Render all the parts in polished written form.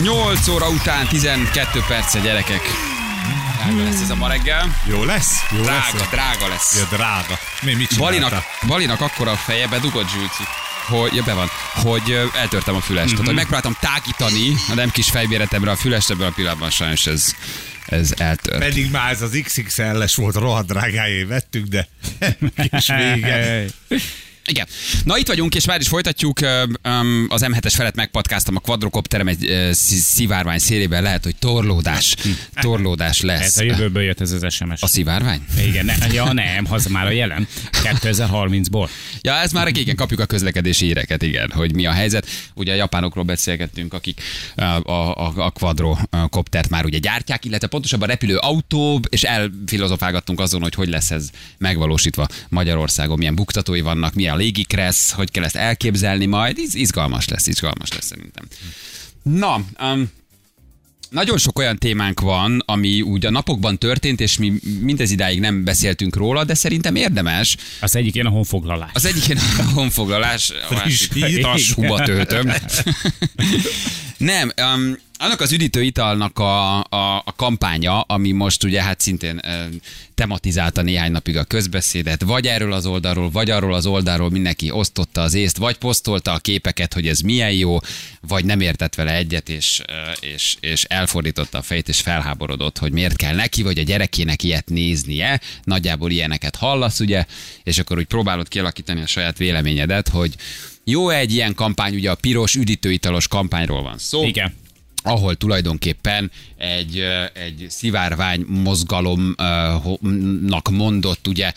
8 óra után 12 perce, gyerekek. Drága lesz ez a ma reggel. Jó lesz? Jó Drága lesz. Ja, drága. Mi mit csinálta? Balinak akkora a feje, bedugott Zsülci, hogy, be van, hogy eltörtem a fülest. Tehát, hogy megpróbáltam tágítani a nem kis fejméretemre a fülest, ebben a pillanatban sajnos ez eltört. Pedig már ez az XXL-es volt, rohadt drágájé vettük, de kis vége. Igen. Na itt vagyunk, és már is folytatjuk. Az M7-es felett megpatkáztam a quadrocopterem egy szivárvány szélében, lehet, hogy torlódás lesz. Ez a jövőből jött ez az SMS. A szivárvány? Igen, nem, az már a jelen. 2030-ból. Ja, ez már igen, kapjuk a közlekedési híreket, igen, hogy mi a helyzet. Ugye a japánokról beszélgettünk, akik a quadrocoptert már ugye gyártják, illetve pontosabban repülő autó, és elfilozofálgattunk azon, hogy lesz ez megvalósítva Magyarországon, milyen buktatói vannak, milyen a légikressz, hogy kell ezt elképzelni majd. Izgalmas lesz szerintem. Na, nagyon sok olyan témánk van, ami úgy a napokban történt, és mi mindez idáig nem beszéltünk róla, de szerintem érdemes. Az egyik ilyen a honfoglalás. A honfoglalás, a másik tashuba töltöm. Nem, annak az üdítő italnak a kampánya, ami most ugye hát szintén tematizálta néhány napig a közbeszédet, vagy erről az oldalról, vagy arról az oldalról mindenki osztotta az észt, vagy posztolta a képeket, hogy ez milyen jó, vagy nem értett vele egyet, és elfordította a fejét, és felháborodott, hogy miért kell neki, vagy a gyerekének ilyet néznie. Nagyjából ilyeneket hallasz, ugye, és akkor úgy próbálod kialakítani a saját véleményedet, hogy jó egy ilyen kampány, ugye a piros üdítőitalos kampányról van szó. Igen. Ahol tulajdonképpen egy szivárvány mozgalomnak mondott ugye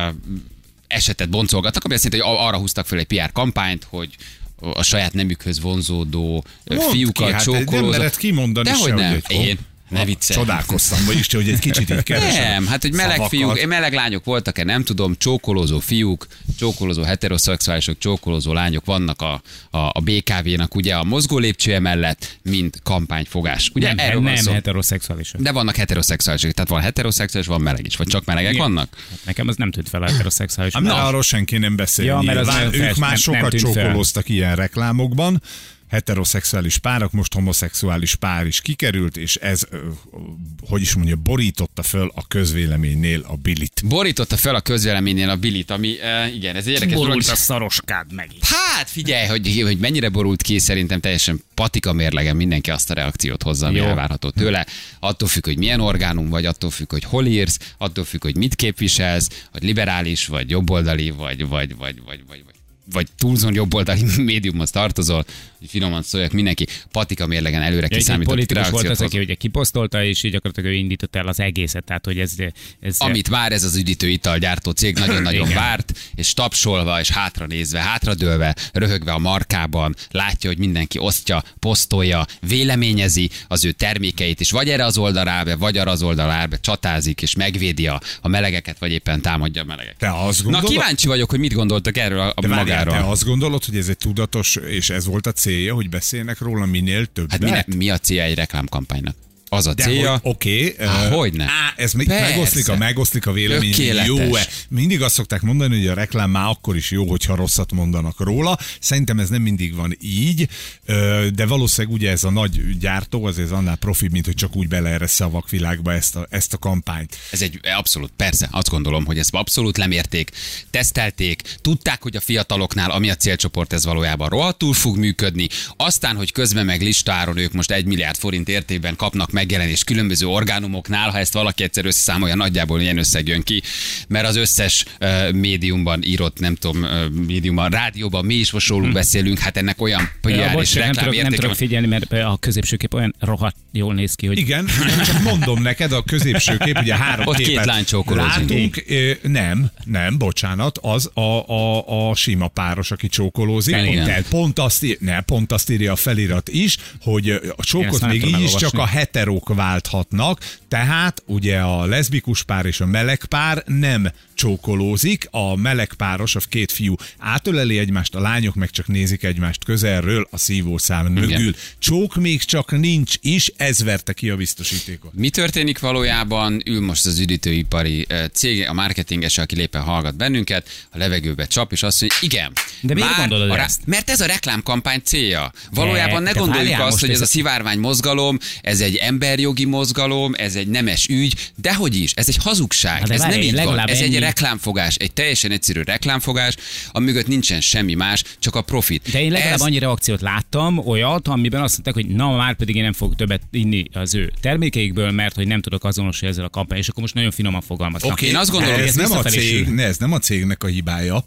esetet boncolgattak, ami azt jelenti, hogy arra húztak fel egy PR kampányt, hogy a saját nemükhöz vonzódó fiúkat csókolózott. Nem mered kimondani dehogy nem. Én ne viccelj. Csodálkoztam, vagyis hogy egy kicsit így keresem. Nem, hát hogy meleg fiúk, meleg lányok voltak-e, nem tudom, csókolózó fiúk, csókolózó heteroszexuálisok, csókolózó lányok vannak a BKV-nak ugye a mozgó lépcsője mellett, mint kampányfogás. Ugye nem heteroszexuálisok. De vannak heteroszexuálisok, tehát van heteroszexuális, van meleg is, vagy csak melegek vannak? Nekem az nem tűnt fel a heteroszexuális. Arról senki nem beszél. Ja, mert ők már sokat csókolóztak ilyen reklámokban. Heteroszexuális párak, most homoszexuális pár is kikerült, és ez, hogy is mondja, borította föl a közvéleménynél a bilit. Borította föl a közvéleménynél a bilit, ami, igen, ez egy érdekes dolog. Borult a szaroskád megint. Hát figyelj, hogy mennyire borult ki, szerintem teljesen patika mérlegen mindenki azt a reakciót hozza, ami elvárható tőle. Attól függ, hogy milyen orgánum vagy, attól függ, hogy hol írsz, attól függ, hogy mit képviselsz, hogy liberális, vagy jobboldali, vagy túlzón jobboldali médiumhoz tartozol, hogy finoman szóljak, mindenki patika mérlegen előre kiszámított politikus reakciót volt az, aki ugye kiposztolta, és így gyakorlatilag ő indította el az egészet, tehát hogy ez... Amit már ez az üdítő italgyártó cég nagyon-nagyon várt, és tapsolva, és hátranézve, hátradőlve, röhögve a markában, látja, hogy mindenki osztja, posztolja, véleményezi az ő termékeit, és vagy erre az oldalra, vagy arra az oldalra csatázik, és megvédi a melegeket, vagy éppen támadja a melegeket. Te azt gondolod? Na kíváncsi vagyok, hogy mit gondoltak erről a magáról. Te azt gondolod, hogy ez egy tudatos, és ez volt a célja, hogy beszélnek róla minél többet? Hát mi a célja egy reklámkampánynak? Az a célja. Oké. Hogyne? Ez megoszlik a vélemény. Jó-e? Mindig azt szokták mondani, hogy a reklám már akkor is jó, hogyha rosszat mondanak róla. Szerintem ez nem mindig van így, de valószínűleg ugye ez a nagy gyártó azért annál profibb, mint hogy csak úgy beleeresz a vakvilágba ezt a kampányt. Ez egy abszolút, persze, azt gondolom, hogy ezt abszolút lemérték, tesztelték, tudták, hogy a fiataloknál, ami a célcsoport, ez valójában rohadtul fog működni. Aztán, hogy közben meg listáron ők most 1 milliárd forint értékben kapnak megjelenés különböző orgánumoknál, ha ezt valaki egyszer összeszámolja, nagyjából ilyen összeg jön ki, mert az összes médiumban írott, nem tudom, médiumban, rádióban mi is most róluk beszélünk, hát ennek olyan PR és reklámértéke. Nem tudok figyelni, mert a középsőkép olyan rohadt jól néz ki, hogy... Igen, csak mondom neked, a középsőkép, ugye 3 ott képet 2 lány csókolózik. látunk, nem, bocsánat, az a sima páros, aki csókolózik. Pont azt írja a felirat is, hogy a csókot még így is csak a heterók válthatnak, tehát ugye a leszbikus pár és a meleg pár nem csókolózik, a meleg páros, a két fiú átöleli egymást, a lányok meg csak nézik egymást közelről a szívószál mögül. Csók még csak nincs is, ez verte ki a biztosítékot. Mi történik valójában? Ül most az üdítőipari cég, a marketinges, aki lépen hallgat bennünket, a levegőbe csap, és azt mondja, igen. De miért gondolod ezt? Mert ez a reklámkampány célja. Valójában ne gondoljuk azt, hogy ez a szivárvány mozgalom, ez egy emberjogi mozgalom, ez egy nemes ügy, dehogy is, ez egy hazugság, ez nem így van. Ez egy reklámfogás, egy teljesen egyszerű reklámfogás, amögött nincsen semmi más, csak a profit. De én legalább annyi reakciót láttam, olyat, amiben azt mondták, hogy na már pedig én nem fogok többet inni az ő termékeikből, mert hogy nem tudok azonosulni ezzel a kampány, és akkor most nagyon finoman fogalmaznak. Oké, én azt gondolom, hogy ez nem a cégnek a hibája.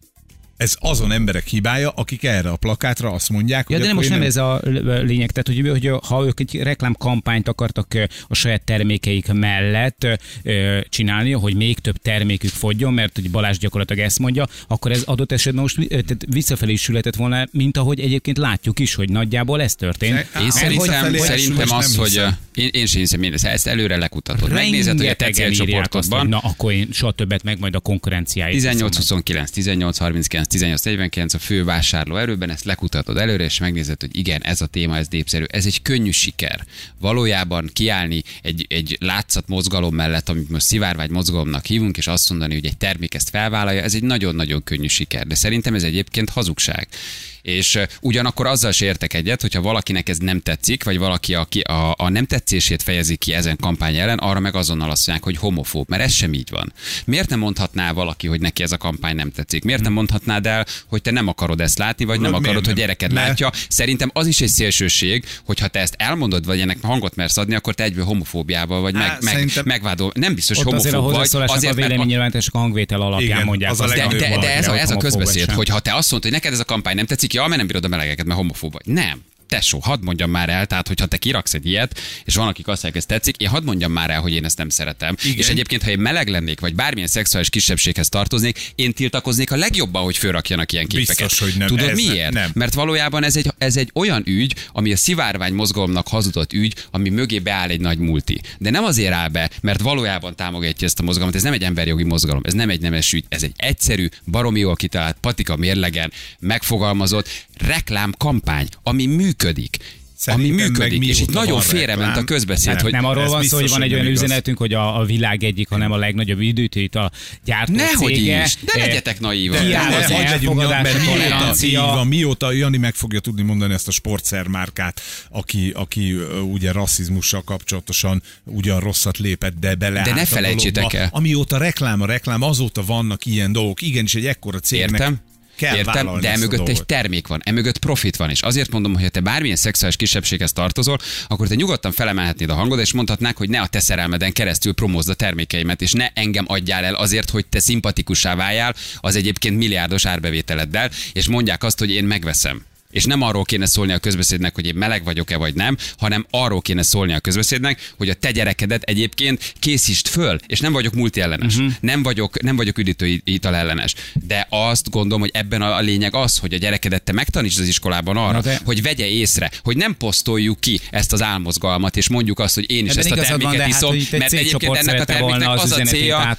Ez azon emberek hibája, akik erre a plakátra azt mondják, hogy... de most nem ez a lényeg, tehát hogy ha ők egy reklámkampányt akartak a saját termékeik mellett csinálni, hogy még több termékük fogjon, mert hogy Balázs gyakorlatilag ezt mondja, akkor ez adott esetben most visszafelé is sületett volna, mint ahogy egyébként látjuk is, hogy nagyjából ez történt. Én szerintem az, hogy én sem hiszem, ezt előre lekutatod. Megnézed, hogy a te célcsoportodban. Na, akkor én soha többet meg majd a konkurenciáit. 18-29, 18-39, 18-49 a fő vásárló erőben, ezt lekutatod előre, és megnézed, hogy igen, ez a téma, ez népszerű. Ez egy könnyű siker. Valójában kiállni egy látszat mozgalom mellett, amit most szivárvány mozgalomnak hívunk, és azt mondani, hogy egy termék ezt felvállalja, ez egy nagyon-nagyon könnyű siker. De szerintem ez egyébként hazugság. És ugyanakkor azzal se értek egyet, hogyha valakinek ez nem tetszik, vagy valaki a nem tetszését fejezi ki ezen kampány ellen, arra meg azonnal azt mondják, hogy homofób, mert ez sem így van. Miért nem mondhatná valaki, hogy neki ez a kampány nem tetszik? Miért nem mondhatnád el, hogy te nem akarod ezt látni, vagy nem akarod, hogy gyereked látja? Szerintem az is egy szélsőség, hogyha te ezt elmondod, vagy ennek hangot mersz adni, akkor te egyből homofóbiával vagy megvádol. Nem biztos homofób vagy. Azért a véleménynyilvánítások a hangvétel alapján mondják. De ez a közbeszéd, hogy ha te azt mondod, hogy neked ez a kampány nem tetszik, ja, mert nem bírod a melegeket, mert homofób vagy. Nem. Tesó, hadd mondjam már el, tehát hogyha te kiraksz egy ilyet, és van, akik azt mondják, ez tetszik, én hadd mondjam már el, hogy én ezt nem szeretem. Igen. És egyébként, ha én meleg lennék, vagy bármilyen szexuális kisebbséghez tartoznék, én tiltakoznék a legjobban, hogy fölrakjanak ilyen képeket. Biztos, hogy nem. Tudod miért? Nem. Mert valójában ez egy olyan ügy, ami a szivárvány mozgalomnak hazudott ügy, ami mögé beáll egy nagy multi. De nem azért áll be, mert valójában támogatja ezt a mozgalmat. Ez nem egy emberjogi mozgalom, ez nem egy nemes ügy, ez egy egyszerű, baromi jól kitalált, patika mérlegen megfogalmazott reklámkampány, ami működik. És itt nagyon félrement a közbeszéd. Hát, hogy nem arról van szó, hogy van egy olyan üzenetünk, hogy a világ egyik, hanem a legnagyobb időt a gyártó cége. Is, de legyetek naívak. Az elfogadás, a tolerancia. Mióta Jani meg fogja tudni mondani ezt a sportszermárkát, aki ugye rasszizmussal kapcsolatosan ugyan rosszat lépett, de beleállt. De ne felejtsétek el. Amióta a reklám, azóta vannak ilyen dolgok. Igenis egy ekkora cégnek. Értem, de emögött egy termék van, emögött profit van, és azért mondom, hogy ha te bármilyen szexuális kisebbséghez tartozol, akkor te nyugodtan felemelhetnéd a hangod, és mondhatnák, hogy ne a te szerelmeden keresztül promózd a termékeimet, és ne engem adjál el azért, hogy te szimpatikussá váljál az egyébként milliárdos árbevételeddel, és mondják azt, hogy én megveszem. És nem arról kéne szólni a közbeszédnek, hogy én meleg vagyok-e vagy nem, hanem arról kéne szólni a közbeszédnek, hogy a te gyerekedet egyébként készítsd föl, és nem vagyok multiellenes, nem vagyok üdítőital ellenes. De azt gondolom, hogy ebben a lényeg az, hogy a gyerekedet te megtanítsd az iskolában arra, hogy vegye észre, hogy nem posztoljuk ki ezt az álmozgalmat, és mondjuk azt, hogy én is ezt a terméket iszom, mert egyébként ennek a terméknek az a célja,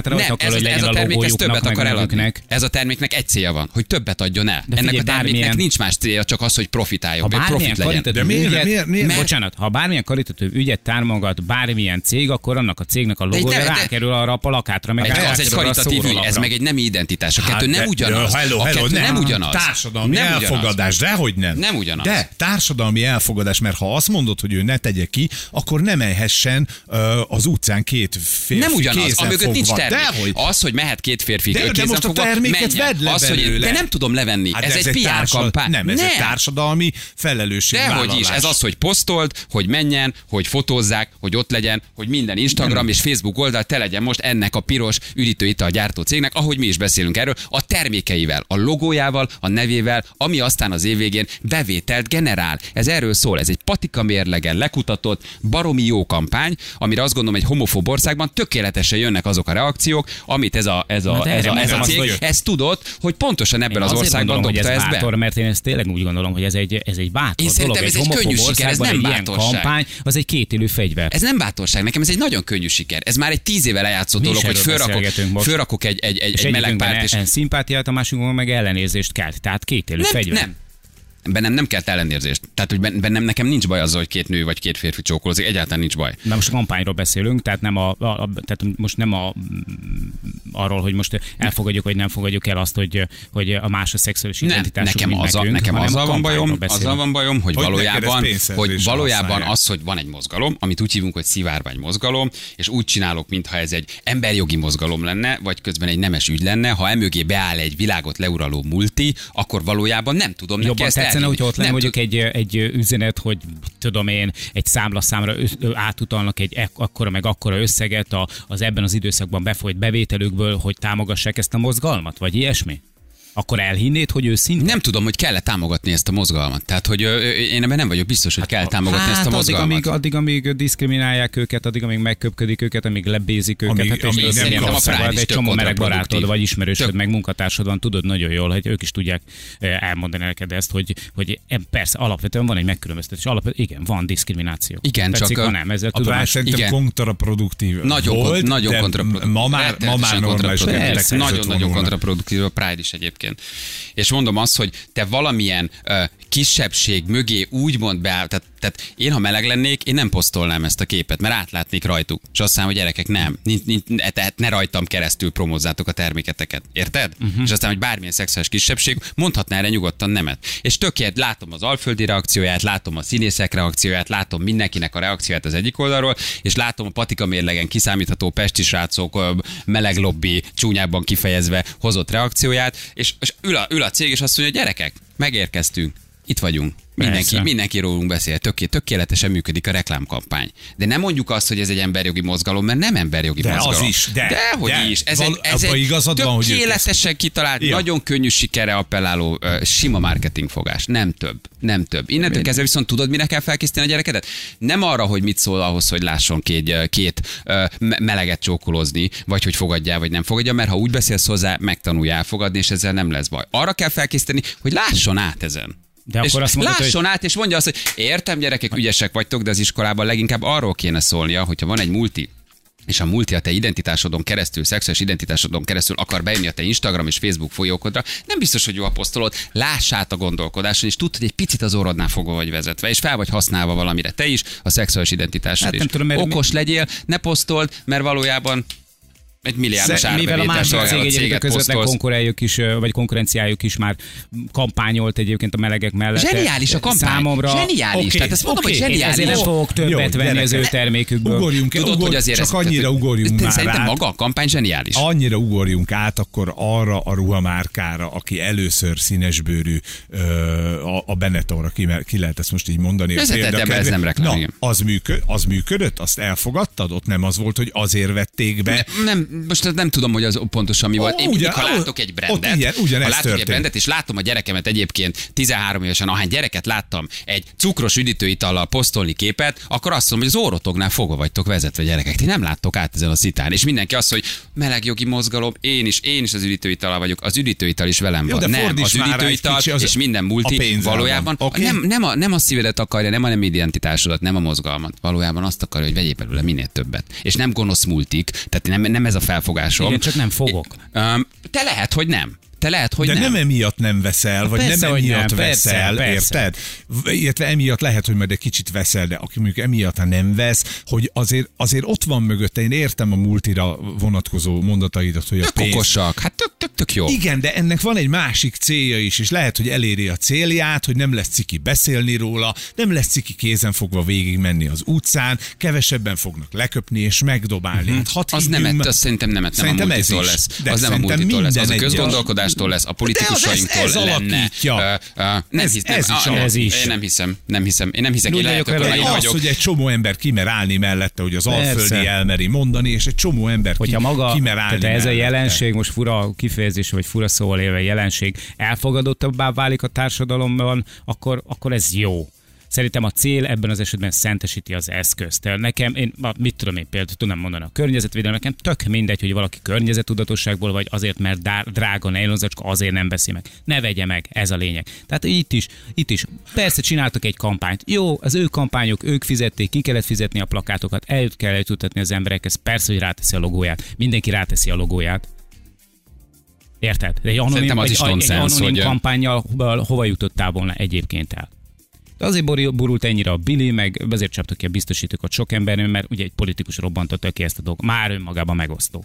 ez a termék ez többet akar eladni. Ez a terméknek egy célja van, hogy többet adjon el. Ennek a terméknek nincs más célja, csak az, hogy profitáljon, vagy profit legyen. De miért? Bocsánat, ha bármilyen karitatív ügyet támogat bármilyen cég, akkor annak a cégnek a logója rákerül arra a plakátra, meg az egy karitatív ügy, ez meg egy nemi identitás. A kettő nem ugyanaz. A kettő nem ugyanaz. Társadalmi elfogadás, dehogy nem. Nem ugyanaz. De társadalmi elfogadás, mert ha azt mondod, hogy ő ne tegye ki, akkor nem elhessen az utcán két férfi. Nem ugyanaz, amögött nincs termék. Az, hogy mehet két férfi kézenfogva, menjen. De nem tudom levenni. Ez egy PR kampány. Nem, ez egy társadalmi felelősségvállalás. Dehogy is, ez az, hogy posztold, hogy menjen, hogy fotózzák, hogy ott legyen, hogy minden Instagram és Facebook oldal te legyen most ennek a piros üdítőital gyártó cégnek, ahogy mi is beszélünk erről, a termékeivel, a logójával, a nevével, ami aztán az év végén bevételt generál. Ez erről szól, ez egy patika mérlegen lekutatott, baromi jó kampány, amire azt gondolom, egy homofób országban tökéletesen jönnek azok a reakciók, amit ez a cég, ezt tudott, hogy pontosan ebben az országban dobta ezt be. Mert én ezt tényleg úgy gondolom, hogy ez egy bátor Én dolog. ez egy könnyű siker, ez nem bátorság. Kampány, az egy kétélű fegyver. Ez nem bátorság, nekem ez egy nagyon könnyű siker. Ez már egy 10 éve lejátszott dolog, hogy fölrakok egy meleg párt. És szimpátiát, a másikon meg ellenérzést kelt. Tehát kétélű fegyver. Nem. Bennem nem kelt ellenérzést. Tehát, hogy bennem nekem nincs baj azzal, hogy 2 nő vagy 2 férfi csókolózik, egyáltalán nincs baj. Na most a kampányról beszélünk, tehát tehát most nem arról, hogy most elfogadjuk vagy nem fogadjuk el azt, hogy a más a szexuális identitásuk, nekem azzal van bajom, hogy valójában az, hogy van egy mozgalom, amit úgy hívunk, hogy szivárvány mozgalom, és úgy csinálok, mintha ez egy emberjogi mozgalom lenne, vagy közben egy nemes ügy lenne, ha emögé beáll egy világot leuraló multi, akkor valójában nem tudom neki ezt tetszene, hogy ott lenne mondjuk egy üzenet, hogy tudom én, egy számlaszámra átutalnak egy akkora összeget az ebben az időszakban befolyt bevételükből, hogy támogassák ezt a mozgalmat, vagy ilyesmi? Akkor elhinnéd, hogy őszintén? Nem tudom, hogy kell-e támogatni ezt a mozgalmat. Tehát, hogy én ebben nem vagyok biztos, hogy kell támogatni ezt a mozgalmat. Amíg diszkriminálják őket, amíg megköpködik őket, amíg lebézik őket. Egy csomó meleg barátod, vagy ismerősöd, meg munkatársad van, tudod nagyon jól, hogy ők is tudják elmondani neked ezt, hogy persze alapvetően van egy megkülönböztetés. Igen, van diszkrimináció. Igen, tetszik, csak nem, ezzel tudás. Szerintem kontraproduktív. Nagyon kontraproduktív. Ma már normális. Nagyon kontraproduktív a Pride is egyébként. És mondom azt, hogy te valamilyen kisebbség mögé úgymond beáll, tehát én, ha meleg lennék, én nem posztolnám ezt a képet, mert átlátnék rajtuk. És azt mondom, hogy gyerekek, nem. Tehát ne rajtam keresztül promózzátok a terméketeket. Érted? És aztán, hogy bármilyen szexuális kisebbség mondhatná erre nyugodtan nemet. És tökélet, látom az alföldi reakcióját, látom a színészek reakcióját, látom mindenkinek a reakcióját az egyik oldalról, és látom a patika mérlegen kiszámítható pesti srácok meleg lobby csúnyában kifejezve hozott reakcióját, és ül a cég, és azt mondja, gyerekek, megérkeztünk. Itt vagyunk. Mindenki rólunk beszél. Tökéletesen működik a reklámkampány. De nem mondjuk azt, hogy ez egy emberjogi mozgalom, mert nem emberjogi mozgalom. Az is. Dehogy is. Ez egy tökéletesen kitalált, nagyon könnyű sikere appelláló sima marketingfogás. Nem több. Innentől kezdve viszont tudod, mire kell felkészíteni a gyerekedet? Nem arra, hogy mit szól ahhoz, hogy lásson két meleget csókolózni, vagy hogy fogadjál, vagy nem fogadja, mert ha úgy beszélsz hozzá, megtanulja elfogadni, és ezzel nem lesz baj. Arra kell felkészíteni, hogy lásson át ezen. De akkor azt mondod, lásson át, és mondja azt, hogy értem, gyerekek, ügyesek vagytok, de az iskolában leginkább arról kéne szólnia, hogyha van egy multi, és a multi a te identitásodon keresztül, szexuális identitásodon keresztül akar bejönni a te Instagram és Facebook folyókodra, nem biztos, hogy jó a posztolod, láss át a gondolkodáson, és tudd, hogy egy picit az orrodnál fogva vagy vezetve, és fel vagy használva valamire te is, a szexuális identitásod is. Okos legyél, ne posztold, mert valójában egy milliárdos mivel a másik cég egyébként közvetlen konkurenciájuk is már kampányolt egyébként a melegek mellett. Zseniális a kampány. Számomra. Zseniális. Tehát ezt mondom, hogy zseniális. Ezért nem fogok többet venni az ő termékükből. Tudod, hogy azért csak annyira ugorjunk már szerintem maga a kampány zseniális. Annyira ugorjunk át akkor arra a ruhamárkára, aki először színesbőrű a Benettonra, ki lehet ezt most így mondani. Ez nem reklám. Az működött? Azt elfogadtad? Ott nem az volt, hogy azért vették be? Most nem tudom, hogy az pontosan mi volt. Én mindig, ha látok egy brandet, és látom a gyerekemet egyébként 13 évesen, ahány gyereket láttam egy cukros üdítőitallal posztolni képet, akkor azt mondom, hogy az orrotognál fogva vagytok vezetve, gyerekek. Ti nem láttok át ezen a szitán. És mindenki azt, hogy melegjogi mozgalom, én is az üdítőitallal vagyok. Az üdítőital is velem van. Nem, az üdítőital és minden multi valójában nem a szívedet akarja, nem a nem identitásodat, nem a mozgalmat. Valójában azt akarja, hogy vegyél belőle minél többet. És nem gonosz multik, tehát nem ez a felfogásom. Igen, csak nem fogok. Te lehet, hogy nem. De nem emiatt nem veszel, vagy persze, nem emiatt veszel, persze. Érted? Illetve emiatt lehet, hogy majd egy kicsit veszel, de aki mondjuk emiatt nem vesz, hogy azért ott van mögötte, én értem a multira vonatkozó mondataidat, hogy a pénz... Okosak, hát tök jó. Igen, de ennek van egy másik célja is, és lehet, hogy eléri a célját, hogy nem lesz ciki beszélni róla, nem lesz ciki kézenfogva végig menni az utcán, kevesebben fognak leköpni és megdobálni. Hát az szerintem nem a multitól lesz. Az nem a multitól lesz, az a közgondolkodástól lesz, a politikusainktól lenne. Nem hiszem. Én az, hogy egy csomó ember kimer állni mellette, hogy az alföldi elmeri mondani, és egy csomó ember kimer állni mellette. Ez a jelenség, most fura kifejezés, vagy fura szóval élve jelenség, elfogadottabbá válik a társadalomban, akkor ez jó. Szerintem a cél ebben az esetben szentesíti az eszközt. Nekem, mit tudom én például tudnám mondani, a környezetvédelem, nekem tök mindegy, hogy valaki környezettudatosságból, vagy azért, mert drága nejlonzacska, azért nem veszi meg. Ne vegye meg, ez a lényeg. Tehát itt is. Persze csináltak egy kampányt. Jó, az ő kampányok, ők fizették, ki kellett fizetni a plakátokat, kell eljutatni az emberekhez, persze, hogy ráteszi a logóját. Mindenki ráteszi a logóját. Érted? De egy anonim kampánnyal hova jutottál volna egyébként el? De azért borult ennyire a Billy, meg azért csaptak ki a biztosítókat sok emberről, mert ugye egy politikus robbantotta ki ezt a dolgot. Már önmagában megosztó.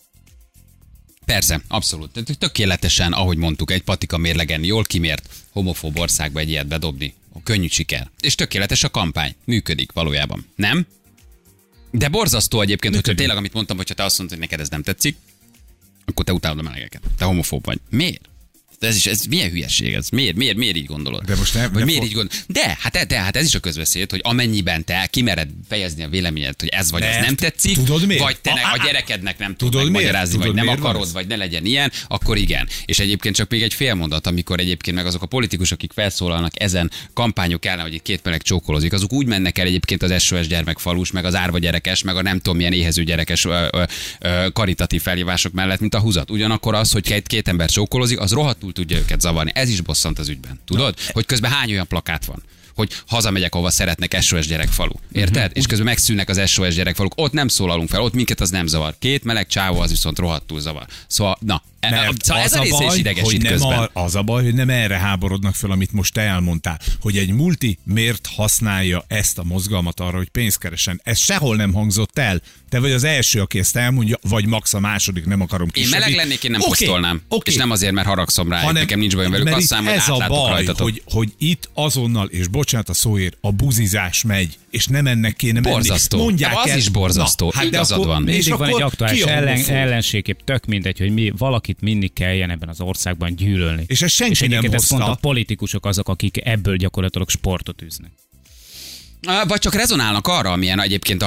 Persze, abszolút. Tökéletesen, ahogy mondtuk, egy patika mérlegen jól kimért, homofób országba egy ilyet bedobni. Könnyű siker. És tökéletes a kampány. Működik valójában. Nem? De borzasztó egyébként, hogyha tényleg, amit mondtam, hogyha te azt mondod, hogy neked ez nem tetszik, akkor te utálod a melegeket. Te homofób vagy. Miért? Ez milyen hülyeség ez? Miért így gondolod? De most nem miért így gondolod? Hát ez is a közbeszéd, hogy amennyiben te kimered fejezni a véleményed, hogy ez vagy az nem tetszik, tudod miért? vagy te a gyerekednek nem tudod megmagyarázni, vagy nem akarod, vagy ne legyen ilyen, akkor igen. És egyébként csak még egy fél mondat, amikor egyébként meg azok a politikusok, akik felszólalnak ezen kampányok ellen, hogy itt két meleg csókolózik, azok úgy mennek el egyébként az SOS gyermekfalus, meg az árva gyerekes, meg a nem tudom milyen éhező gyerekes karitatív felhívások mellett, mint a húzat. Ugyanakkor az, hogy két ember csókolózik, az rohadtul tudja őket zavarni. Ez is bosszant az ügyben. Tudod? Hogy közben hány olyan plakát van, hogy hazamegyek, ahova szeretnek, SOS gyerekfalu. Érted? És közben megszűnnek az SOS gyerekfaluk. Ott nem szólalunk fel, ott minket az nem zavar. Két meleg csávó az viszont rohadtul zavar. Szóval, ez a része is idegesít közben. Az a baj, hogy nem erre háborodnak fel, amit most te elmondtál, hogy egy multi miért használja ezt a mozgalmat arra, hogy pénzt keresen. Ez sehol nem hangzott el. Te vagy az első, aki ezt elmondja, vagy max a második, nem akarom kisebbi. Én meleg lennék, én nem posztolnám. És nem azért, mert haragszom rá, nekem nincs bajom velük, azt számom, hogy átlátok rajtatok. Hogy itt azonnal, és bocsánat a szóért, a buzizás megy, és nem ennek kéne menni. Borzasztó. Mondják de az el. is borzasztó. Hát igazad van. Mindig van egy aktuális ellenségkép, tök mindegy, hogy valakit mindig kelljen ebben az országban gyűlölni. És ez senki nem hozta. Pont a politikusok azok, akik ebből gyakorlatilag sportot űznek. Vagy csak rezonálnak arra, amilyen egyébként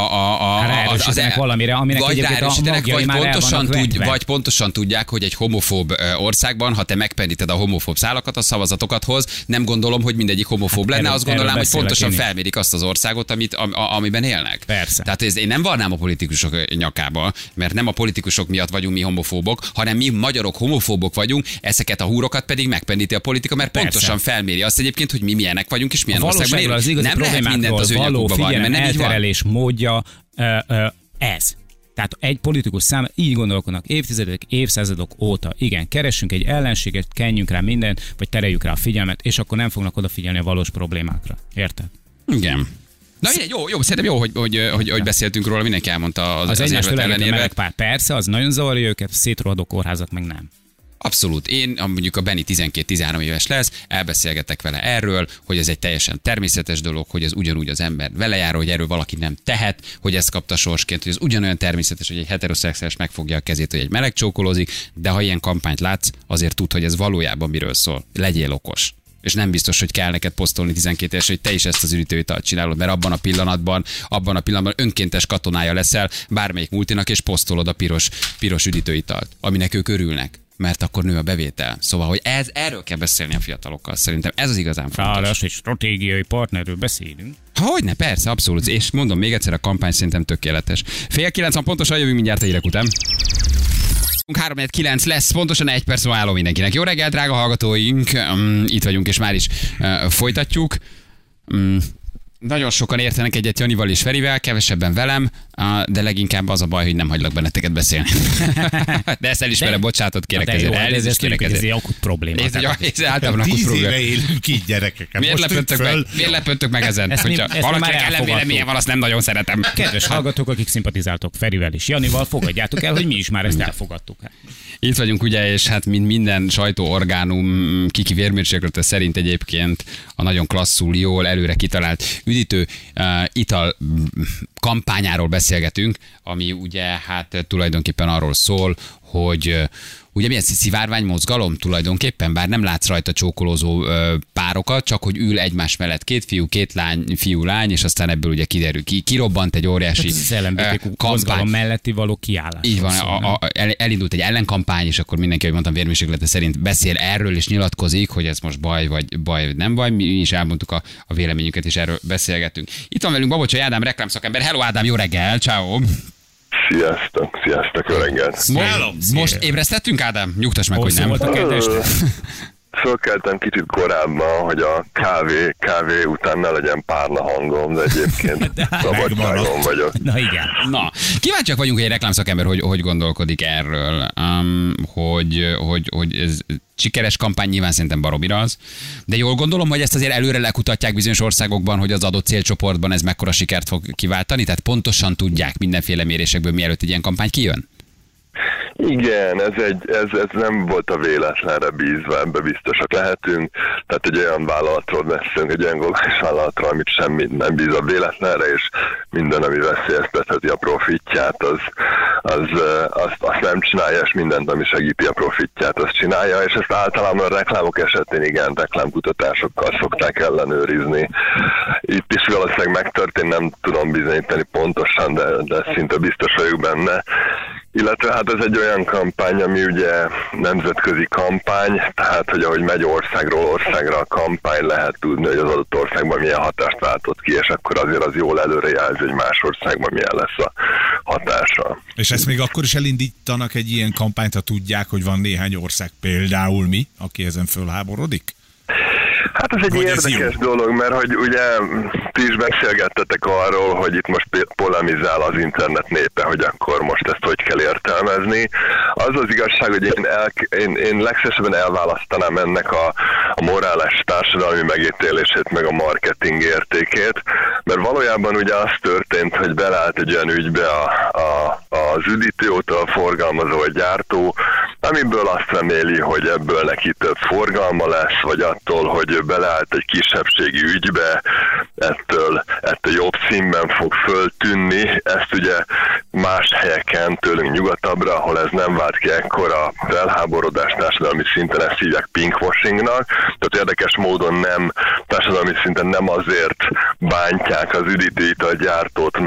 valamire, aminek egyébként a magjai már el vannak vetve. Vagy pontosan tudják, hogy egy homofób országban, ha te megpendíted a homofób szálakat, a szavazatokat hoz, nem gondolom, hogy mindegyik homofób lenne, azt gondolnám, hogy pontosan felmérik azt az országot, amiben élnek. Persze. Tehát én nem varnám a politikusok nyakába, mert nem a politikusok miatt vagyunk mi homofóbok, hanem mi magyarok homofóbok vagyunk, ezeket a húrokat pedig megpendíti a politika, mert pontosan felméri azt egyébként, hogy mi milyenek vagyunk és milyen országban élünk. Nem lehet mindent az ő nyakukba varni, mert nem így van. Elterelés módja ez. Tehát egy politikus számára így gondolkodnak évtizedek, évszázadok óta. Igen, keressünk egy ellenséget, kenjünk rá mindent, vagy tereljük rá a figyelmet, és akkor nem fognak odafigyelni a valós problémákra. Érted? Igen. Na jó, szerintem jó, hogy beszéltünk róla, mindenki elmondta az érvet ellenérve. Persze, az nagyon zavarja őket, szétrohadó kórházak meg nem. Abszolút. Én, mondjuk a Benni 12-13 éves lesz, elbeszélgetek vele erről, hogy ez egy teljesen természetes dolog, hogy ez ugyanúgy az ember vele jár, hogy erről valaki nem tehet, hogy ezt kapta sorsként, hogy ez ugyanolyan természetes, hogy egy heteroszexuális megfogja a kezét, hogy egy meleg csókolózik, de ha ilyen kampányt látsz, azért tudd, hogy ez valójában miről szól. Legyél okos. És nem biztos, hogy kell neked posztolni 12 éves, hogy te is ezt az üdítőitalt csinálod, mert abban a pillanatban önkéntes katonája leszel bármelyik multinak, és posztolod a piros üdítőitalt, aminek ők örülnek, mert akkor nő a bevétel. Szóval, hogy erről kell beszélni a fiatalokkal. Szerintem ez az igazán fontos. Ráadásul egy stratégiai partnerről beszélünk. Hogyne, persze, abszolút. És mondom még egyszer, a kampány szerintem tökéletes. 8:30 pontosan jövünk mindjárt a hírek után. 3:09 lesz, pontosan 1 perc álló mindenkinek. Jó reggel, drága hallgatóink! Itt vagyunk, és már is folytatjuk. Nagyon sokan értenek egyet Janival és Ferivel, kevesebben velem, de leginkább az a baj, hogy nem hagylak benneteket beszélni. De ezt elismerem, bocsánatot kérek ezért. Elnézést kérek ezért. Ez egy akut probléma. Ez általában akut probléma. 10 éve élünk így gyerekeket. Miért lepődtök meg ezen? Hogyha valakinek ellenvéleménye van, azt nem nagyon szeretem. Kedves hallgatók, akik szimpatizáltok Ferivel és Janival, fogadjátok el, hogy mi is már ezt elfogadtuk. Itt vagyunk ugye, és hát mint minden sajtóorgánum kiki vérmérséklete szerint egyébként a nagyon klasszul, jól előre kitalált üdítő ital kampányáról beszélgetünk, ami ugye hát tulajdonképpen arról szól, hogy ugye milyen szivárvány mozgalom tulajdonképpen, bár nem látsz rajta csókolózó párokat, csak hogy ül egymás mellett két fiú, két lány, fiú-lány, és aztán ebből ugye kiderül ki. Kirobbant egy óriási kampány melletti való kiállás. Így van, elindult egy ellenkampány, és akkor mindenki, ahogy mondtam, vérmérséklete szerint beszél erről, és nyilatkozik, hogy ez most baj, vagy nem baj. Mi is elmondtuk a véleményünket, és erről beszélgetünk. Itt van velünk Babocsai Ádám, reklámszakember. Hello Ádám, jó reggel, ciao. Sziasztok, jó reggelt. Most ébresztettünk, Ádám? Nyugtass meg, hogy nem. Fölkeltem kicsit korábban, hogy a kávé után ne legyen párna hangom, de egyébként szabadságon vagyok. Na igen. Na, kíváncsiak vagyunk, hogy egy reklámszakember hogy gondolkodik erről, hogy ez sikeres kampány, nyilván szerintem baromira az, de jól gondolom, hogy ezt azért előre lekutatják bizonyos országokban, hogy az adott célcsoportban ez mekkora sikert fog kiváltani, tehát pontosan tudják mindenféle mérésekből, mielőtt egy ilyen kampány kijön? Igen, ez nem volt a véletlenre bízva, ebbe biztosak lehetünk. Tehát egy olyan vállalatról beszélünk, egy olyan globális vállalatról, amit semmit nem bíz a véletlenre, és minden, ami veszélyeztetheti a profitját, azt nem csinálja, és mindent, ami segíti a profitját, azt csinálja, és ezt általában a reklámok esetén igen, reklámkutatásokkal szokták ellenőrizni. Itt is valószínűleg megtörtént, nem tudom bizonyítani pontosan, de szinte biztos vagyok benne. Illetve hát ez egy olyan kampány, ami ugye nemzetközi kampány, tehát hogy ahogy megy országról országra a kampány, lehet tudni, hogy az adott országban milyen hatást váltott ki, és akkor azért az jól előrejelzi, hogy más országban milyen lesz a hatása. És ezt még akkor is elindítanak egy ilyen kampányt, ha tudják, hogy van néhány ország, például mi, aki ezen fölháborodik? Hát ez egy érdekes dolog, mert hogy ugye ti is beszélgettetek arról, hogy itt most polemizál az internet népe, hogy akkor most ezt hogy kell értelmezni. Az az igazság, hogy én legszívesebben elválasztanám ennek a morális társadalmi megítélését, meg a marketing értékét, mert valójában ugye az történt, hogy beleállt egy olyan ügybe az üdítőótól a forgalmazó, vagy gyártó, amiből azt reméli, hogy ebből neki több forgalma lesz, vagy attól, hogy beleállt egy kisebbségi ügybe, ettől jobb színben fog föltűnni. Ezt ugye más helyeken tőlünk nyugatabbra, ahol ez nem vált ki ekkora felháborodás társadalmi szinten, ezt hívják pinkwashingnak. Tehát érdekes módon nem, társadalmi szinten nem azért bántják az üdítőitalgyártót,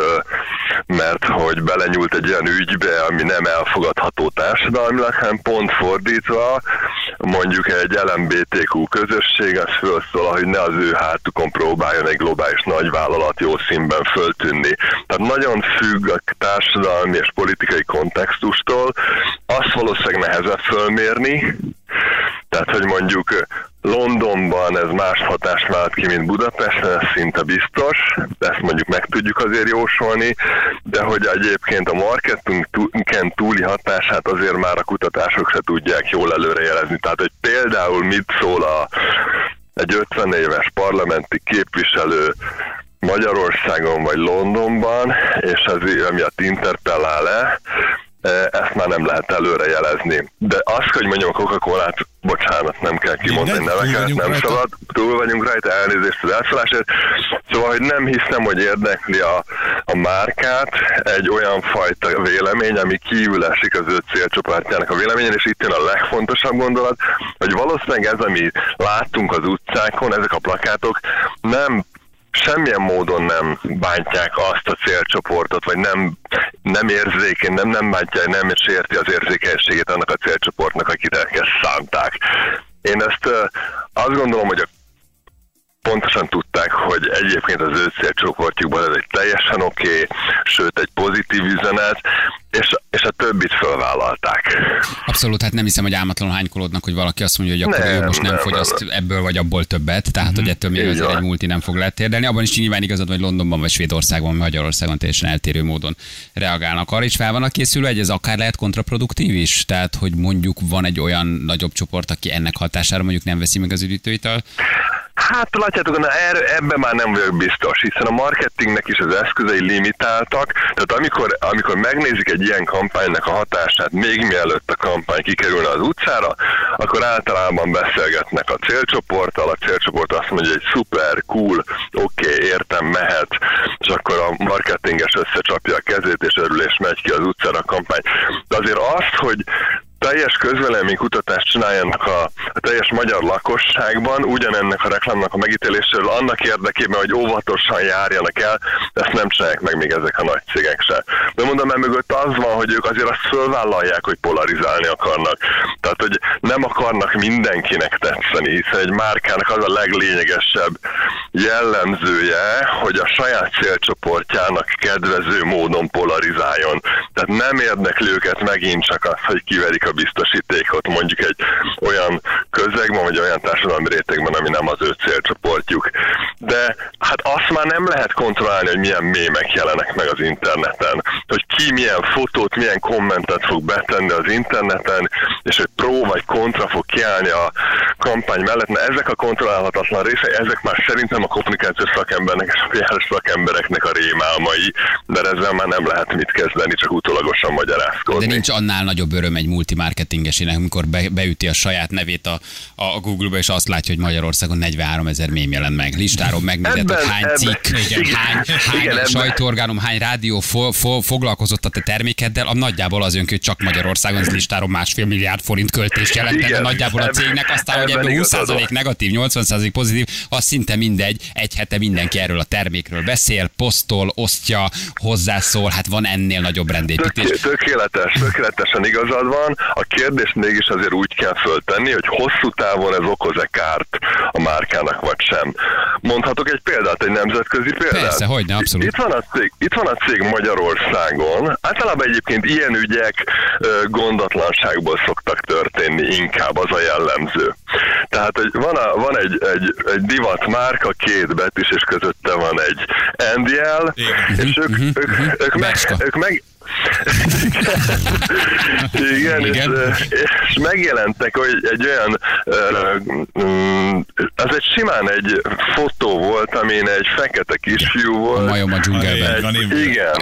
mert hogy belenyúlt egy olyan ügybe, ami nem elfogadható társadalmilag, hanem pont fordítva, mondjuk egy LMBTQ közösség, az felszól, hogy ne az ő hátukon próbáljon egy globális nagyvállalat jó színben föltűnni. Tehát nagyon függ a társadalmi és politikai kontextustól, azt valószínűleg nehezebb fölmérni, tehát hogy mondjuk Londonban ez más hatást vált ki, mint Budapesten, ez szinte biztos, ezt mondjuk meg tudjuk azért jósolni, de hogy egyébként a marketingen túli hatását azért már a kutatások se tudják jól előrejelezni. Tehát, hogy például mit szól egy 50 éves parlamenti képviselő Magyarországon vagy Londonban, és ez emiatt interpellál-e, ezt már nem lehet előrejelezni. De azt, hogy mondjam a Coca-Colát, bocsánat, nem kell kimondani neveket, nem szabad, túl vagyunk rajta, elnézést az elszólásért. Szóval, hogy nem hiszem, hogy érdekli a márkát egy olyan fajta vélemény, ami kívül esik az ő célcsoportjának a véleményen, és itt jön a legfontosabb gondolat, hogy valószínűleg ez, ami láttunk az utcákon, ezek a plakátok semmilyen módon nem bántják azt a célcsoportot, vagy nem érzékeny, nem bántja, nem sérti az érzékenységét annak a célcsoportnak, akire ezt szánták. Én ezt azt gondolom, hogy pontosan tudták, hogy egyébként az ő célcsoportjukban ez egy teljesen oké, sőt egy pozitív üzenet, és a többit felvállalták. Abszolút, hát nem hiszem, hogy álmatlanul hánykolódnak, hogy valaki azt mondja, hogy akkor ő most nem fogyaszt ebből vagy abból többet, tehát hogy ettől még azért egy multi nem fog letérdelni. Abban is nyilván igazad, hogy Londonban vagy Svédországban, Magyarországon teljesen eltérő módon reagálnak. Arra is fel vannak készülve, hogy ez akár lehet kontraproduktív is, tehát hogy mondjuk van egy olyan nagyobb csoport, aki ennek hatására mondjuk nem veszi meg az üdítőitalt. Hát látjátok, ebben már nem vagyok biztos, hiszen a marketingnek is az eszközei limitáltak, tehát amikor megnézik egy ilyen kampánynak a hatását, még mielőtt a kampány kikerülne az utcára, akkor általában beszélgetnek a célcsoporttal, a célcsoport azt mondja, hogy szuper, cool, oké, értem, mehet, és akkor a marketinges összecsapja a kezét, és örül, és megy ki az utcára a kampány. De azért azt, hogy teljes közvéleménykutatást csináljanak a teljes magyar lakosságban, ugyanennek a reklámnak a megítéléséről, annak érdekében, hogy óvatosan járjanak el, ezt nem csinálják meg még ezek a nagy cégek se. De mondom, mert mögött az van, hogy ők azért azt fölvállalják, hogy polarizálni akarnak. Tehát, hogy nem akarnak mindenkinek tetszeni, hiszen egy márkának az a leglényegesebb jellemzője, hogy a saját célcsoportjának kedvező módon polarizáljon. Tehát nem érdekli őket megint csak az, hogy kiverik a biztosítékot mondjuk egy olyan közegben, vagy olyan társadalmi rétegben, ami nem az ő célcsoportjuk. De hát azt már nem lehet kontrollálni, hogy milyen mémek jelenek meg az interneten, hogy ki milyen fotót, milyen kommentet fog betenni az interneten, és hogy pro vagy kontra fog kiállni a kampány mellett. Na, ezek a kontrollálhatatlan részei, ezek már szerintem a kommunikációs szakembernek és a PR szakembereknek a rémálmai, de ezzel már nem lehet mit kezdeni, csak utólagosan magyarázkodni. De nincs annál nagyobb öröm egy multimarketingesének, amikor beüti a saját nevét a Google-ba, és azt látja, hogy Magyarországon 43 000 mém jelent meg. Listáról megnézed, hogy hány cikk, hány sajtóorgánum, hány rádió foglalkozott a te termékeddel, nagyjából az önk, hogy csak Magyarországon ez listáról 1,5 milliárd forint költést jelentene nagyjából a cégnek, aztán, hogy ebből 20% negatív, 80% pozitív, az szinte mindegy, egy hete mindenki erről a termékről beszél, posztol, osztja, hozzászól, hát van ennél nagyobb rendépítés. Tökéletesen igazad van. A kérdést mégis azért úgy kell föltenni, hogy hosszú távon ez okoz-e kárt a márkának, vagy sem. Mondhatok egy példát, egy nemzetközi példát? Persze, hogyne, abszolút. Itt van a cég Magyarországon. Általában egyébként ilyen ügyek gondatlanságból szoktak történni, inkább az a jellemző. Tehát, hogy van egy divat márka, 2 betűs, és közötte van egy NDL, és ők meg igen, és megjelentek, hogy egy olyan, az egy simán egy fotó volt, amin egy fekete kisfiú volt. A majom a dzsungelben. Igen.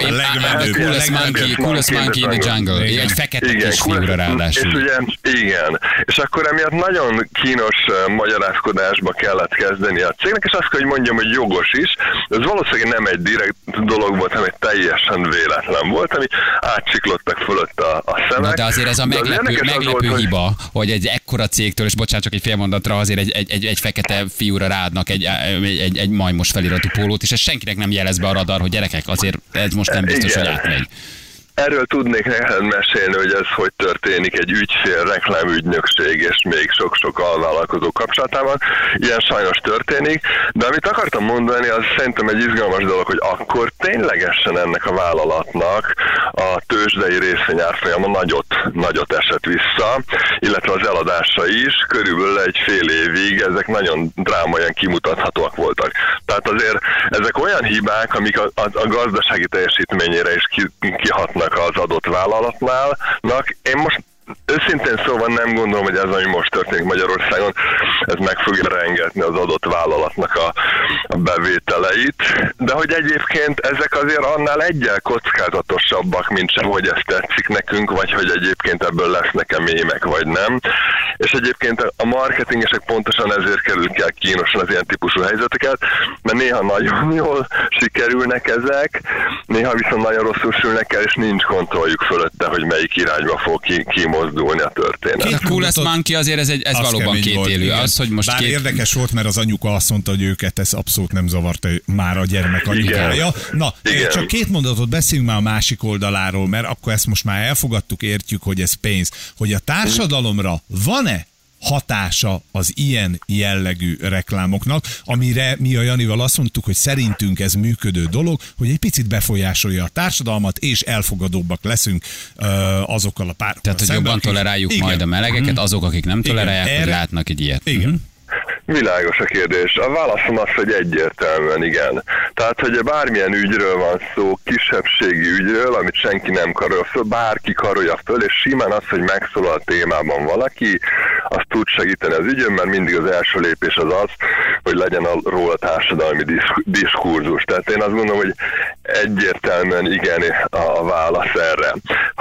Coolest monkey in the jungle. Egy fekete kisfiúra ráadásul. És ugye, igen. És akkor emiatt nagyon kínos magyarázkodásba kellett kezdeni a cégnek, és azt kell, hogy mondjam, hogy jogos is. Ez valószínűleg nem egy direkt dolog volt, hanem egy teljesen véletlen volt, ami átsiklottak fölött a szemek. Na de azért ez a meglepő hiba, hogy egy ekkora cégtől, és bocsánat, csak egy fél mondatra, azért egy fekete fiúra ráadnak egy majmos feliratú pólót, és ez senkinek nem jelez be a radar, hogy gyerekek, azért ez most nem biztos, hogy átmegy. Erről tudnék neked mesélni, hogy ez hogy történik egy ügyfél, reklámügynökség és még sok-sok alvállalkozó kapcsolatában. Ilyen sajnos történik, de amit akartam mondani, az szerintem egy izgalmas dolog, hogy akkor ténylegesen ennek a vállalatnak a tőzsdei részvényárfolyama nagyot esett vissza, illetve az eladása is, körülbelül egy fél évig ezek nagyon drámaian kimutathatóak voltak. Tehát azért ezek olyan hibák, amik a gazdasági teljesítményére is kihatnak az adott vállalatnál. Én most őszintén szóval nem gondolom, hogy ez, ami most történik Magyarországon, ez meg fogja rengetni az adott vállalatnak a bevételeit, de hogy egyébként ezek azért annál egyel kockázatosabbak, mint sem, hogy ez tetszik nekünk, vagy hogy egyébként ebből lesznek-e mémek, vagy nem. És egyébként a marketingesek pontosan ezért kerülik el kínosan az ilyen típusú helyzeteket, mert néha nagyon jól sikerülnek ezek, néha viszont nagyon rosszul sülnek el, és nincs kontrolljuk fölötte, hogy melyik irányba fog kimozdulni a történet. A Coolest Monkey azért ez valóban kétélű. Az, hogy most bár érdekes volt, mert az anyuka azt mondta, hogy őket ez abszolút nem zavarta már a gyermek anyukája. Na, csak 2 mondatot beszéljünk már a másik oldaláról, mert akkor ezt most már elfogadtuk, értjük, hogy ez pénz. Hogy a társadalomra van-e hatása az ilyen jellegű reklámoknak, amire mi a Janival azt mondtuk, hogy szerintünk ez működő dolog, hogy egy picit befolyásolja a társadalmat, és elfogadóbbak leszünk azokkal a párokkal. Tehát, hogy jobban toleráljuk majd a melegeket, azok, akik nem tolerálják, hogy látnak egy ilyet. Igen. Világos a kérdés. A válaszom az, hogy egyértelműen igen. Tehát, hogy bármilyen ügyről van szó, kisebbségi ügyről, amit senki nem karol föl, bárki karolja föl, és simán az, hogy megszólal a témában valaki, az tud segíteni az ügyön, mert mindig az első lépés az, hogy legyen róla társadalmi diskurzus. Tehát én azt gondolom, hogy egyértelműen igen a válasz erre.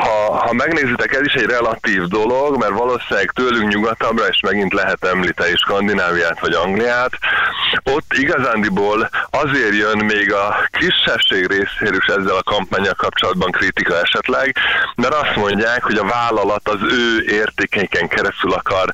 Ha megnézitek, ez is egy relatív dolog, mert valószínűleg tőlünk nyugatabbra, és megint lehet említeni Skandináviát vagy Angliát, ott igazándiból azért jön még a kisebbség részéről is ezzel a kampánnyal kapcsolatban kritika esetleg, mert azt mondják, hogy a vállalat az ő értékeiken keresztül akar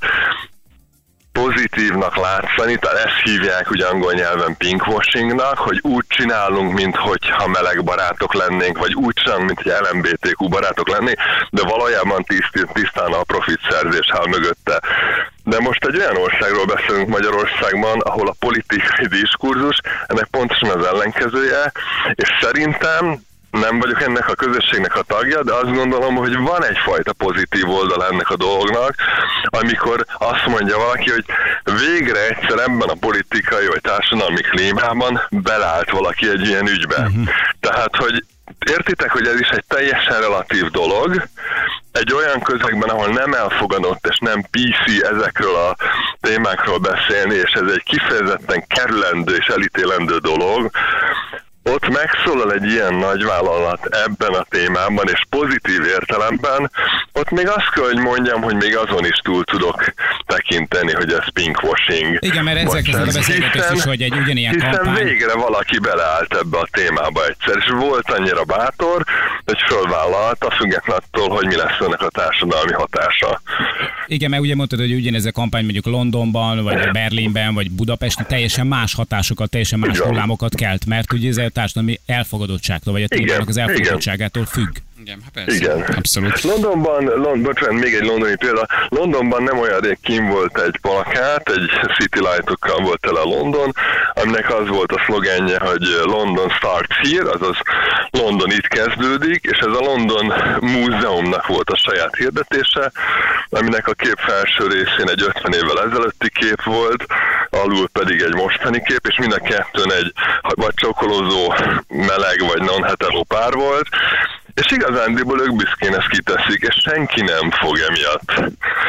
pozitívnak látszani, tehát ezt hívják ugye angol nyelven pinkwashingnak, hogy úgy csinálunk, minthogyha meleg barátok lennénk, vagy úgy csinálunk, mintha LMBTQ barátok lennénk, de valójában tisztán a profitszerzés áll mögötte. De most egy olyan országról beszélünk Magyarországban, ahol a politikai diskurzus ennek pontosan az ellenkezője, és szerintem nem vagyok ennek a közösségnek a tagja, de azt gondolom, hogy van egyfajta pozitív oldal ennek a dolognak, amikor azt mondja valaki, hogy végre egyszer ebben a politikai vagy társadalmi klímában beleállt valaki egy ilyen ügybe. Tehát, hogy értitek, hogy ez is egy teljesen relatív dolog, egy olyan közegben, ahol nem elfogadott és nem PC ezekről a témákról beszélni, és ez egy kifejezetten kerülendő és elítélendő dolog, ott megszólal egy ilyen nagyvállalat ebben a témában, és pozitív értelemben, ott még azt kell, hogy mondjam, hogy még azon is túl tudok tekinteni, hogy ez pinkwashing. Igen, mert ezzel kezdve a beszélgetés is, hogy egy ugyanilyen kampány. Hiszen végre valaki beleállt ebbe a témába egyszer, és volt annyira bátor, hogy fölvállalta, függetlenül attól, hogy mi lesz ennek a társadalmi hatása. Igen, mert ugye mondtad, hogy ugyanez a kampány mondjuk Londonban, vagy Berlinben, vagy Budapesten teljesen más hatásokat, teljesen más hullámokat kelt, mert ugye ez a társadalmi elfogadottságtól, vagy a témának az elfogadottságától függ. Igen, persze. Igen. Abszolút. Bocsánat, még egy londoni példa. Londonban nem olyan rég kim volt egy plakát, egy City Light-okkal volt tele a London, aminek az volt a szlogenje, hogy London starts here, azaz London itt kezdődik, és ez a London Múzeumnak volt a saját hirdetése, aminek a kép felső részén egy 50 évvel ezelőtti kép volt, alul pedig egy mostani kép, és mind a kettőn egy vagy csokolózó meleg vagy non-hetero pár volt, és igazándiból ők büszkén ezt kiteszik, és senki nem fog emiatt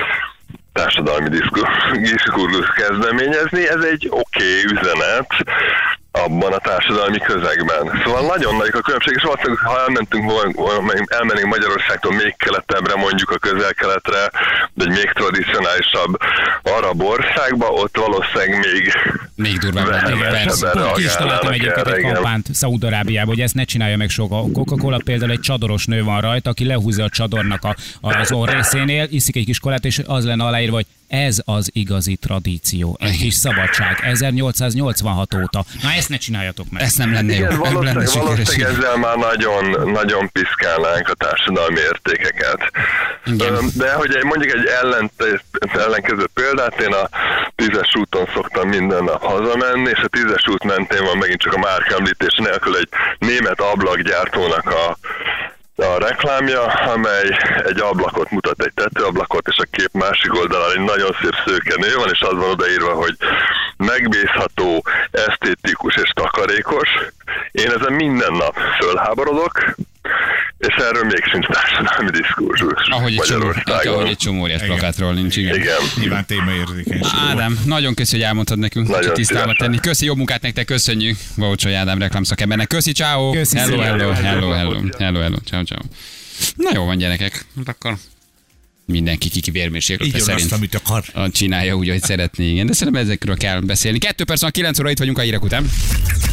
társadalmi diskurzus kezdeményezni. Ez egy oké üzenet abban a társadalmi közegben. Szóval nagyon nagy a különbség, és valószínűleg, ha elmennénk Magyarországtól még keletebbre, mondjuk a közel-keletre, egy még tradicionálisabb arab országba, ott valószínűleg még durvább. Ki is találtam egyébként egy kampányt Szaúd-Arábiában, hogy ezt ne csinálja meg sok. A Coca-Cola például egy csadoros nő van rajta, aki lehúzza a csadornak az orrészénél, iszik egy kis kolát, és az lenne aláírva, hogy ez az igazi tradíció, egy kis szabadság, 1886 óta. Na ezt ne csináljatok meg. Ezt nem lenne jó. Igen, valószínűleg ezzel már nagyon, nagyon piszkálnánk a társadalmi értékeket. Igen. De hogy mondjuk egy ellenkező példát, én a 10-es úton szoktam minden nap hazamenni, és a 10-es út mentén van megint csak a márkaemlítés nélkül egy német ablakgyártónak a reklámja, amely egy ablakot mutat, egy tetőablakot, és a kép másik oldalán egy nagyon szép szőke nő van, és az van odaírva, hogy megbízható, esztétikus és takarékos. Én ezen minden nap fölháborodok, és erről még sincs társadalmi diskurzus Magyarországon. Ahogy egy csomó ilyet plakátról nincs, igen. Nyilván témaérzékenység. Ádám, nagyon köszi, hogy elmondtad nekünk, hogy tisztába tenni. Köszi, jó munkát nektek, köszönjük. Baucsai Ádám reklámszakembernek. Köszi, ciao. Hello. Ciao. Na jó van, gyerekek. Akkor mindenki kiki vérmérséklete szerint amit akar. Csinálja úgy, hogy szeretné. Igen. De szerintem ezekről kell beszélni. 2 perc van, 9 óra itt vagyunk a hírek után.